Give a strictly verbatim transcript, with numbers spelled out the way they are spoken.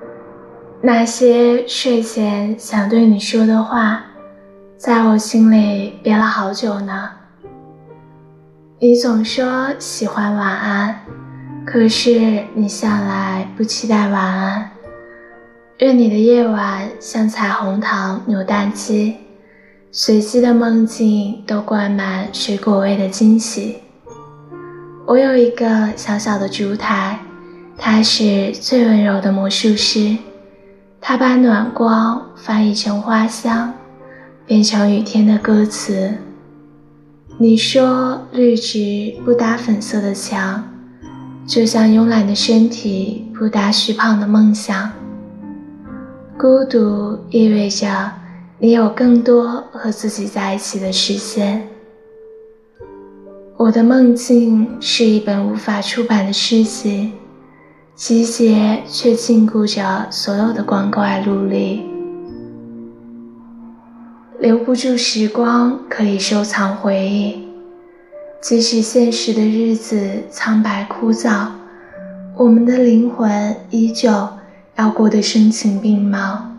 那些睡前想对你说的话，在我心里憋了好久呢。你总说喜欢晚安，可是你向来不期待晚安。愿你的夜晚像彩虹糖扭蛋机，随机的梦境都灌满水果味的惊喜。我有一个小小的烛台，它是最温柔的魔术师，它把暖光翻译成花香，变成雨天的歌词。你说绿植不搭粉色的墙，就像慵懒的身体不搭虚胖的梦想。孤独意味着你有更多和自己在一起的时间。我的梦境是一本无法出版的诗集，集结却禁锢着所有的光怪陆离。留不住时光，可以收藏回忆。即使现实的日子苍白枯燥，我们的灵魂依旧要过得声情并茂。